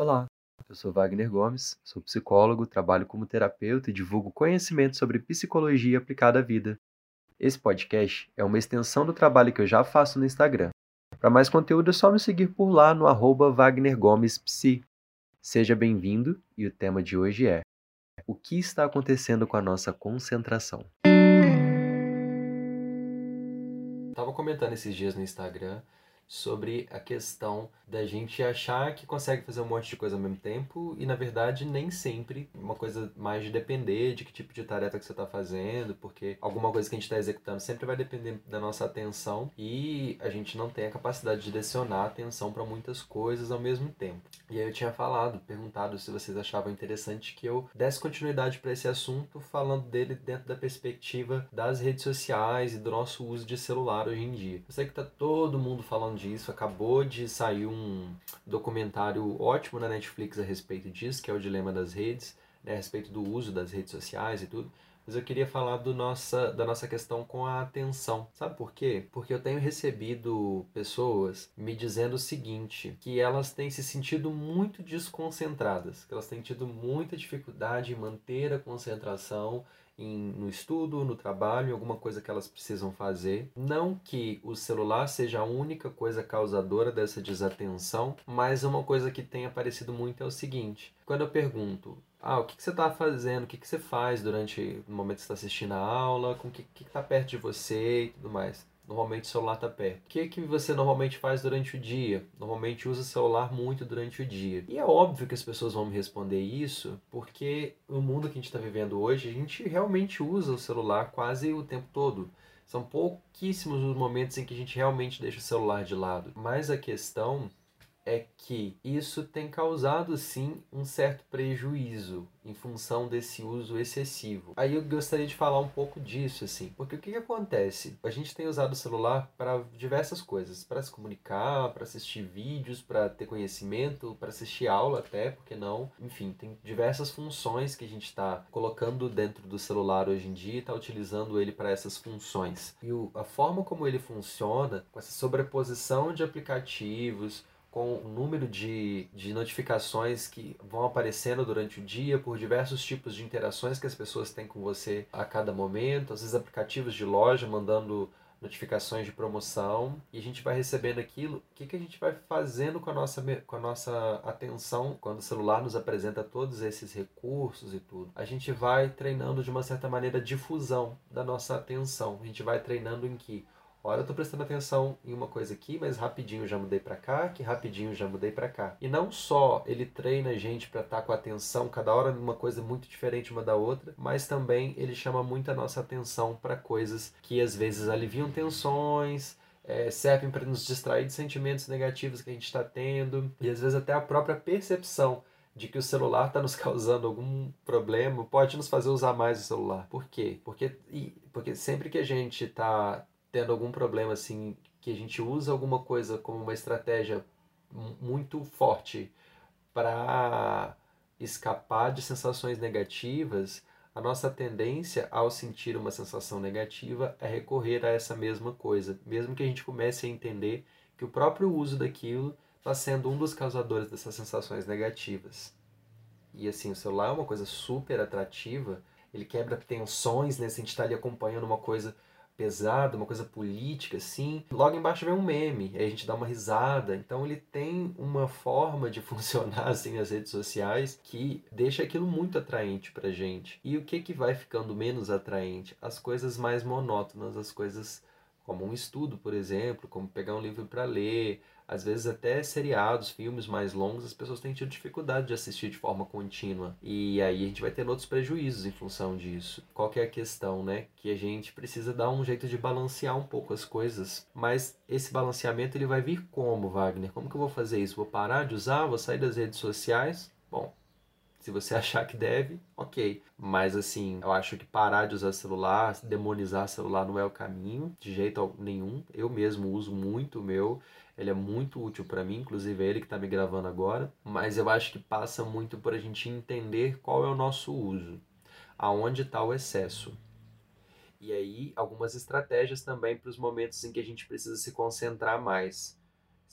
Olá, eu sou Wagner Gomes, sou psicólogo, trabalho como terapeuta e divulgo conhecimento sobre psicologia aplicada à vida. Esse podcast é uma extensão do trabalho que eu já faço no Instagram. Para mais conteúdo é só me seguir por lá no @WagnerGomesPsi. Seja bem-vindo e o tema de hoje é: o que está acontecendo com a nossa concentração? Estava comentando esses dias no Instagram sobre a questão da gente achar que consegue fazer um monte de coisa ao mesmo tempo e, na verdade, nem sempre. Uma coisa mais de depender de que tipo de tarefa que você está fazendo, porque alguma coisa que a gente está executando sempre vai depender da nossa atenção e a gente não tem a capacidade de direcionar a atenção para muitas coisas ao mesmo tempo. E aí eu tinha perguntado se vocês achavam interessante que eu desse continuidade para esse assunto, falando dele dentro da perspectiva das redes sociais e do nosso uso de celular hoje em dia. Eu sei que tá todo mundo falando disso, acabou de sair um documentário ótimo na Netflix a respeito disso, que é o Dilema das Redes, né, a respeito do uso das redes sociais e tudo. Mas eu queria falar da nossa questão com a atenção. Sabe por quê? Porque eu tenho recebido pessoas me dizendo o seguinte, que elas têm se sentido muito desconcentradas, que elas têm tido muita dificuldade em manter a concentração no estudo, no trabalho, em alguma coisa que elas precisam fazer. Não que o celular seja a única coisa causadora dessa desatenção, mas uma coisa que tem aparecido muito é o seguinte: quando eu pergunto, o que você está fazendo, o que você faz durante o momento que você está assistindo a aula, com o que está perto de você e tudo mais. Normalmente o celular está perto. O que você normalmente faz durante o dia? Normalmente usa o celular muito durante o dia. E é óbvio que as pessoas vão me responder isso, porque no mundo que a gente está vivendo hoje, a gente realmente usa o celular quase o tempo todo. São pouquíssimos os momentos em que a gente realmente deixa o celular de lado. Mas a questão é que isso tem causado sim um certo prejuízo em função desse uso excessivo. Aí eu gostaria de falar um pouco disso, assim, porque o que acontece? A gente tem usado o celular para diversas coisas, para se comunicar, para assistir vídeos, para ter conhecimento, para assistir aula até, porque não? Enfim, tem diversas funções que a gente está colocando dentro do celular hoje em dia e está utilizando ele para essas funções. E a forma como ele funciona, com essa sobreposição de aplicativos, com o número de notificações que vão aparecendo durante o dia por diversos tipos de interações que as pessoas têm com você a cada momento, às vezes aplicativos de loja mandando notificações de promoção, e a gente vai recebendo aquilo. O que a gente vai fazendo com a nossa atenção quando o celular nos apresenta todos esses recursos e tudo? A gente vai treinando de uma certa maneira a difusão da nossa atenção. A gente vai treinando em que ora eu tô prestando atenção em uma coisa aqui, mas rapidinho já mudei para cá, que rapidinho já mudei para cá. E não só ele treina a gente para estar com a atenção cada hora numa coisa muito diferente uma da outra, mas também ele chama muito a nossa atenção para coisas que às vezes aliviam tensões, servem para nos distrair de sentimentos negativos que a gente está tendo, e às vezes até a própria percepção de que o celular está nos causando algum problema pode nos fazer usar mais o celular. Por quê? Porque sempre que a gente está tendo algum problema assim, que a gente usa alguma coisa como uma estratégia muito forte para escapar de sensações negativas, a nossa tendência ao sentir uma sensação negativa é recorrer a essa mesma coisa, mesmo que a gente comece a entender que o próprio uso daquilo está sendo um dos causadores dessas sensações negativas. E assim, o celular é uma coisa super atrativa, ele quebra tensões, né? Se a gente está ali acompanhando uma coisa pesada, uma coisa política, assim, logo embaixo vem um meme, aí a gente dá uma risada. Então ele tem uma forma de funcionar assim nas redes sociais que deixa aquilo muito atraente pra gente. E o que vai ficando menos atraente? As coisas mais monótonas, as coisas como um estudo, por exemplo, como pegar um livro para ler, às vezes até seriados, filmes mais longos, as pessoas têm tido dificuldade de assistir de forma contínua. E aí a gente vai tendo outros prejuízos em função disso. Qual que é a questão, né? Que a gente precisa dar um jeito de balancear um pouco as coisas. Mas esse balanceamento ele vai vir como, Wagner? Como que eu vou fazer isso? Vou parar de usar? Vou sair das redes sociais? Bom, se você achar que deve, ok. Mas assim, eu acho que parar de usar celular, demonizar celular não é o caminho, de jeito nenhum. Eu mesmo uso muito o meu, ele é muito útil para mim, inclusive é ele que está me gravando agora. Mas eu acho que passa muito por a gente entender qual é o nosso uso, aonde está o excesso. E aí, algumas estratégias também para os momentos em que a gente precisa se concentrar mais.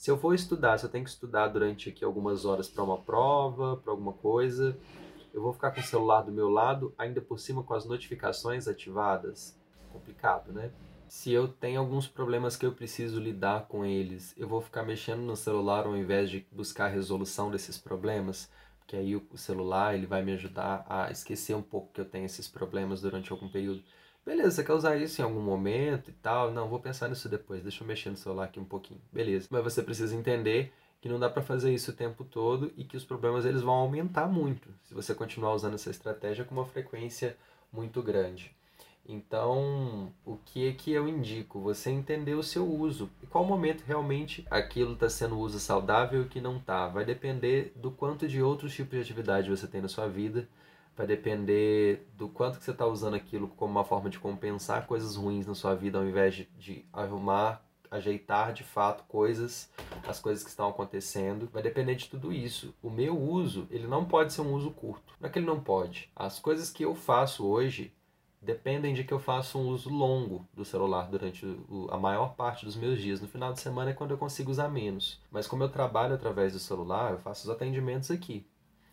Se eu for estudar, se eu tenho que estudar durante aqui algumas horas para uma prova, para alguma coisa, eu vou ficar com o celular do meu lado, ainda por cima com as notificações ativadas. Complicado, né? Se eu tenho alguns problemas que eu preciso lidar com eles, eu vou ficar mexendo no celular ao invés de buscar a resolução desses problemas, porque aí o celular ele vai me ajudar a esquecer um pouco que eu tenho esses problemas durante algum período. Beleza, você quer usar isso em algum momento e tal? Não, vou pensar nisso depois, deixa eu mexer no celular aqui um pouquinho. Beleza, mas você precisa entender que não dá para fazer isso o tempo todo e que os problemas eles vão aumentar muito se você continuar usando essa estratégia com uma frequência muito grande. Então, o que é que eu indico? Você entender o seu uso. E qual momento realmente aquilo está sendo uso saudável e que não está. Vai depender do quanto de outros tipos de atividade você tem na sua vida. Vai depender do quanto que você está usando aquilo como uma forma de compensar coisas ruins na sua vida, ao invés de arrumar, ajeitar de fato as coisas que estão acontecendo. Vai depender de tudo isso. O meu uso, ele não pode ser um uso curto. Não é que ele não pode. As coisas que eu faço hoje dependem de que eu faça um uso longo do celular durante a maior parte dos meus dias. No final de semana é quando eu consigo usar menos. Mas como eu trabalho através do celular, eu faço os atendimentos aqui.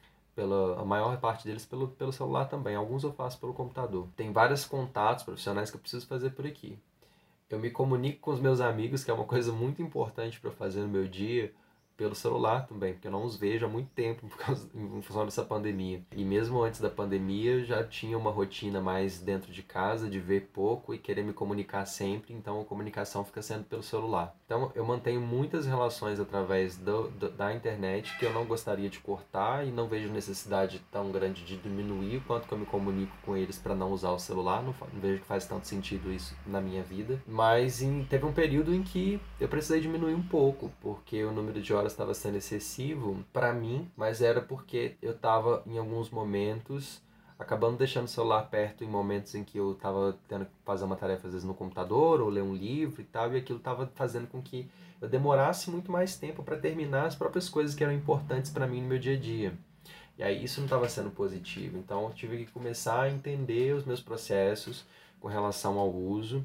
A maior parte deles pelo celular também. Alguns eu faço pelo computador. Tem vários contatos profissionais que eu preciso fazer por aqui. Eu me comunico com os meus amigos, que é uma coisa muito importante para fazer no meu dia, pelo celular também, porque eu não os vejo há muito tempo em função dessa pandemia. E mesmo antes da pandemia, eu já tinha uma rotina mais dentro de casa, de ver pouco e querer me comunicar sempre, então a comunicação fica sendo pelo celular. Então eu mantenho muitas relações através da internet que eu não gostaria de cortar e não vejo necessidade tão grande de diminuir o quanto que eu me comunico com eles para não usar o celular, não vejo que faz tanto sentido isso na minha vida. Mas teve um período em que eu precisei diminuir um pouco, porque o número de horas estava sendo excessivo para mim, mas era porque eu estava em alguns momentos acabando deixando o celular perto em momentos em que eu estava tendo que fazer uma tarefa às vezes no computador ou ler um livro e tal, e aquilo estava fazendo com que eu demorasse muito mais tempo para terminar as próprias coisas que eram importantes para mim no meu dia a dia. E aí isso não estava sendo positivo, então eu tive que começar a entender os meus processos com relação ao uso,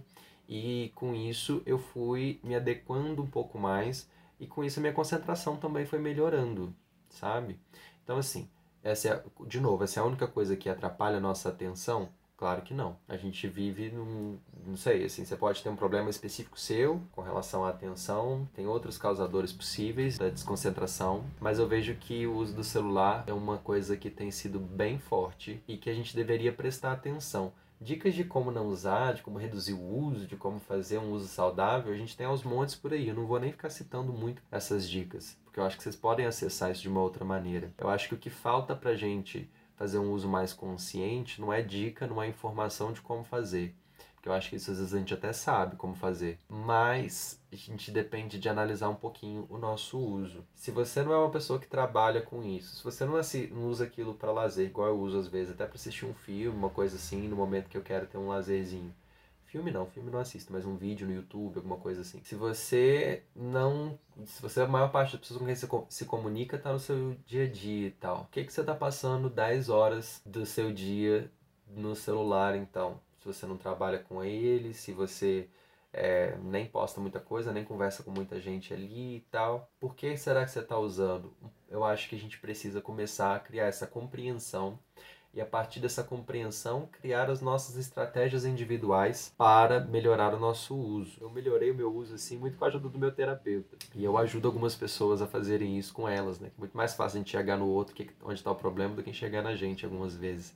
e com isso eu fui me adequando um pouco mais, e com isso a minha concentração também foi melhorando, sabe? Então assim, de novo, essa é a única coisa que atrapalha a nossa atenção? Claro que não. A gente vive não sei, assim, você pode ter um problema específico seu com relação à atenção, tem outros causadores possíveis da desconcentração, mas eu vejo que o uso do celular é uma coisa que tem sido bem forte e que a gente deveria prestar atenção. Dicas de como não usar, de como reduzir o uso, de como fazer um uso saudável, a gente tem aos montes por aí. Eu não vou nem ficar citando muito essas dicas, porque eu acho que vocês podem acessar isso de uma outra maneira. Eu acho que o que falta pra gente fazer um uso mais consciente não é dica, não é informação de como fazer. Porque eu acho que isso às vezes a gente até sabe como fazer. Mas a gente depende de analisar um pouquinho o nosso uso. Se você não é uma pessoa que trabalha com isso, se você não usa aquilo para lazer, igual eu uso às vezes, até para assistir um filme, uma coisa assim, no momento que eu quero ter um lazerzinho. Filme não assisto, mas um vídeo no YouTube, alguma coisa assim. Se você não. Se você, a maior parte das pessoas com quem você se comunica tá no seu dia a dia e tal. O que, que você tá passando 10 horas do seu dia no celular, então? Se você não trabalha com ele, se você nem posta muita coisa, nem conversa com muita gente ali e tal. Por que será que você está usando? Eu acho que a gente precisa começar a criar essa compreensão e, a partir dessa compreensão, criar as nossas estratégias individuais para melhorar o nosso uso. Eu melhorei o meu uso assim muito com a ajuda do meu terapeuta. E eu ajudo algumas pessoas a fazerem isso com elas, né? Muito mais fácil a gente enxergar no outro onde está o problema do que enxergar na gente algumas vezes.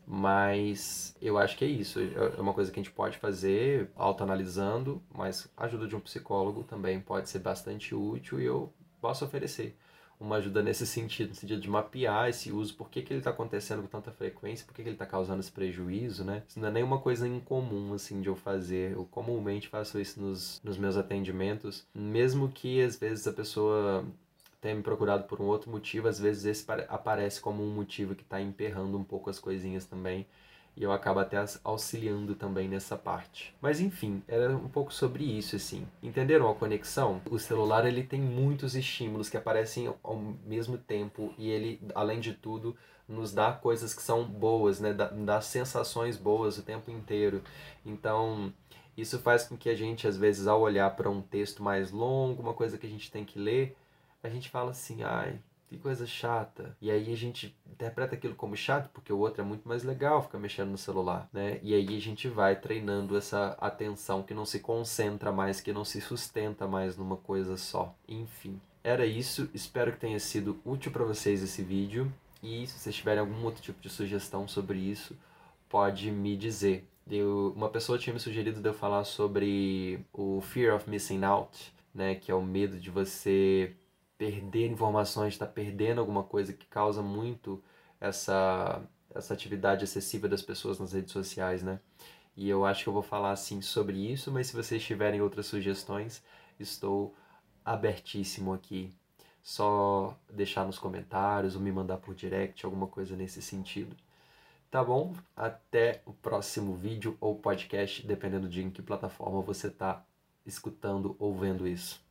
Mas eu acho que é isso. É uma coisa que a gente pode fazer autoanalisando, mas a ajuda de um psicólogo também pode ser bastante útil e eu posso oferecer uma ajuda nesse sentido, no sentido de mapear esse uso, por que ele está acontecendo com tanta frequência, por que ele está causando esse prejuízo, né? Isso não é nenhuma coisa incomum, assim, de eu fazer. Eu comumente faço isso nos meus atendimentos, mesmo que às vezes a pessoa tenha me procurado por um outro motivo, às vezes esse aparece como um motivo que está emperrando um pouco as coisinhas também, e eu acabo até auxiliando também nessa parte. Mas enfim, era um pouco sobre isso, assim. Entenderam a conexão? O celular, ele tem muitos estímulos que aparecem ao mesmo tempo e ele, além de tudo, nos dá coisas que são boas, né? Dá sensações boas o tempo inteiro. Então, isso faz com que a gente, às vezes, ao olhar para um texto mais longo, uma coisa que a gente tem que ler, a gente fala assim, ai, que coisa chata. E aí a gente interpreta aquilo como chato, porque o outro é muito mais legal, fica mexendo no celular, né? E aí a gente vai treinando essa atenção que não se concentra mais, que não se sustenta mais numa coisa só. Enfim, era isso. Espero que tenha sido útil para vocês esse vídeo. E se vocês tiverem algum outro tipo de sugestão sobre isso, pode me dizer. Uma pessoa tinha me sugerido de eu falar sobre o Fear of Missing Out, né? Que é o medo de você perder informações, estar perdendo alguma coisa, que causa muito essa atividade excessiva das pessoas nas redes sociais, né? E eu acho que eu vou falar assim sobre isso, mas se vocês tiverem outras sugestões, estou abertíssimo aqui. Só deixar nos comentários ou me mandar por direct, alguma coisa nesse sentido. Tá bom? Até o próximo vídeo ou podcast, dependendo de em que plataforma você está escutando ou vendo isso.